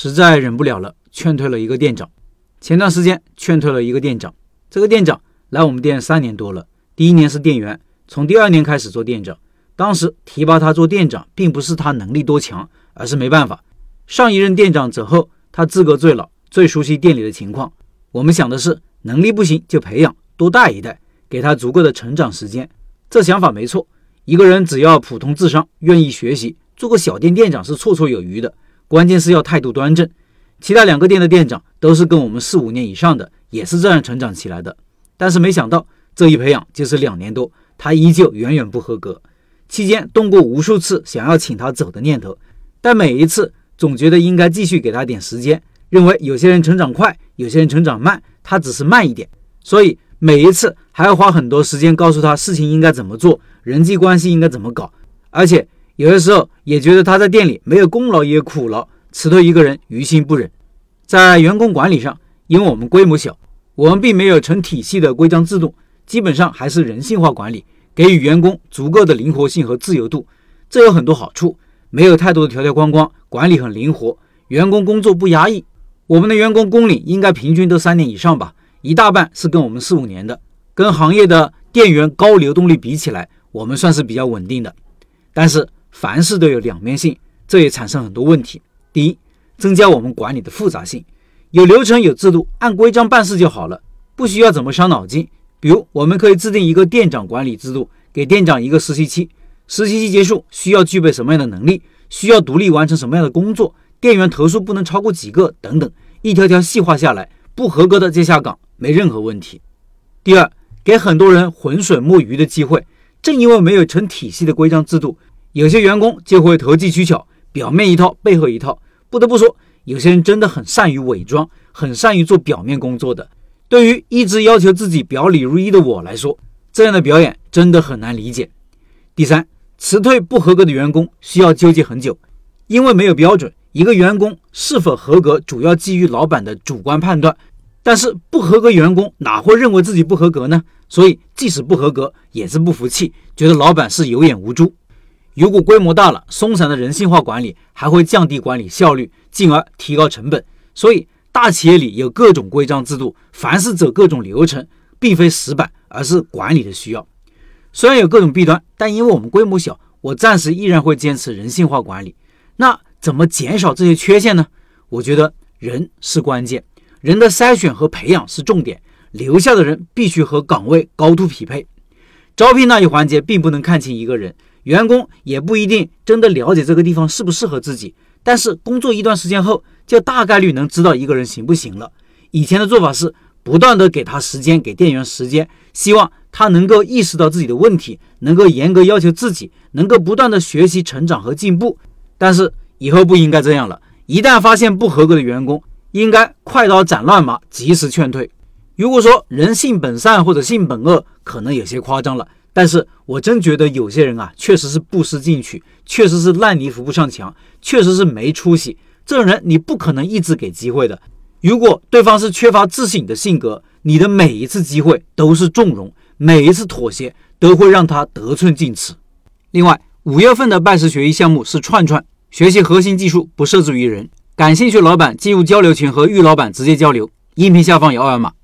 实在忍不了了，劝退了一个店长。前段时间劝退了一个店长，这个店长来我们店3年多了，第1年是店员，从第2年开始做店长。当时提拔他做店长并不是他能力多强，而是没办法，上一任店长走后，他资格最老，最熟悉店里的情况。我们想的是能力不行就培养，多带一带，给他足够的成长时间。这想法没错，一个人只要普通智商，愿意学习，做个小店店长是绰绰有余的，关键是要态度端正。其他2个店的店长都是跟我们4、5年以上的，也是这样成长起来的。但是没想到这一培养就是2年多，他依旧远远不合格。期间动过无数次想要请他走的念头，但每一次总觉得应该继续给他点时间，认为有些人成长快，有些人成长慢，他只是慢一点，所以每一次还要花很多时间告诉他事情应该怎么做，人际关系应该怎么搞。而且有的时候也觉得他在店里没有功劳也有苦劳，辞退一个人于心不忍。在员工管理上，因为我们规模小，我们并没有成体系的规章制度，基本上还是人性化管理，给予员工足够的灵活性和自由度。这有很多好处，没有太多的条条框框，管理很灵活，员工工作不压抑。我们的员工工龄应该平均都3年以上吧，一大半是跟我们4、5年的，跟行业的店员高流动率比起来，我们算是比较稳定的。但是凡事都有两面性，这也产生很多问题。第一，增加我们管理的复杂性，有流程有制度，按规章办事就好了，不需要怎么伤脑筋。比如我们可以制定一个店长管理制度，给店长一个实习期，实习期结束需要具备什么样的能力，需要独立完成什么样的工作，店员投诉不能超过几个等等，一条条细化下来，不合格的接下岗没任何问题。第二，给很多人浑水摸鱼的机会，正因为没有成体系的规章制度，有些员工就会投机取巧，表面一套背后一套。不得不说，有些人真的很善于伪装，很善于做表面工作的。对于一直要求自己表里如一的我来说，这样的表演真的很难理解。第三，辞退不合格的员工需要纠结很久，因为没有标准，一个员工是否合格主要基于老板的主观判断，但是不合格员工哪会认为自己不合格呢？所以即使不合格也是不服气，觉得老板是有眼无珠。如果规模大了，松散的人性化管理还会降低管理效率，进而提高成本。所以大企业里有各种规章制度，凡是走各种流程，并非死板，而是管理的需要。虽然有各种弊端，但因为我们规模小，我暂时依然会坚持人性化管理。那怎么减少这些缺陷呢？我觉得人是关键，人的筛选和培养是重点，留下的人必须和岗位高度匹配。招聘那一环节并不能看清一个人，员工也不一定真的了解这个地方适不适合自己，但是工作一段时间后，就大概率能知道一个人行不行了。以前的做法是不断的给他时间，给店员时间，希望他能够意识到自己的问题，能够严格要求自己，能够不断的学习成长和进步。但是以后不应该这样了，一旦发现不合格的员工，应该快刀斩乱麻，及时劝退。如果说人性本善或者性本恶，可能有些夸张了，但是我真觉得有些人确实是不思进取，确实是烂泥扶不上墙，确实是没出息。这种人你不可能一直给机会的。如果对方是缺乏自省的性格，你的每一次机会都是纵容，每一次妥协都会让他得寸进尺。另外，5月份的拜师学艺项目是串串，学习核心技术，不设置于人。感兴趣老板进入交流群和玉老板直接交流，音频下方有2维码。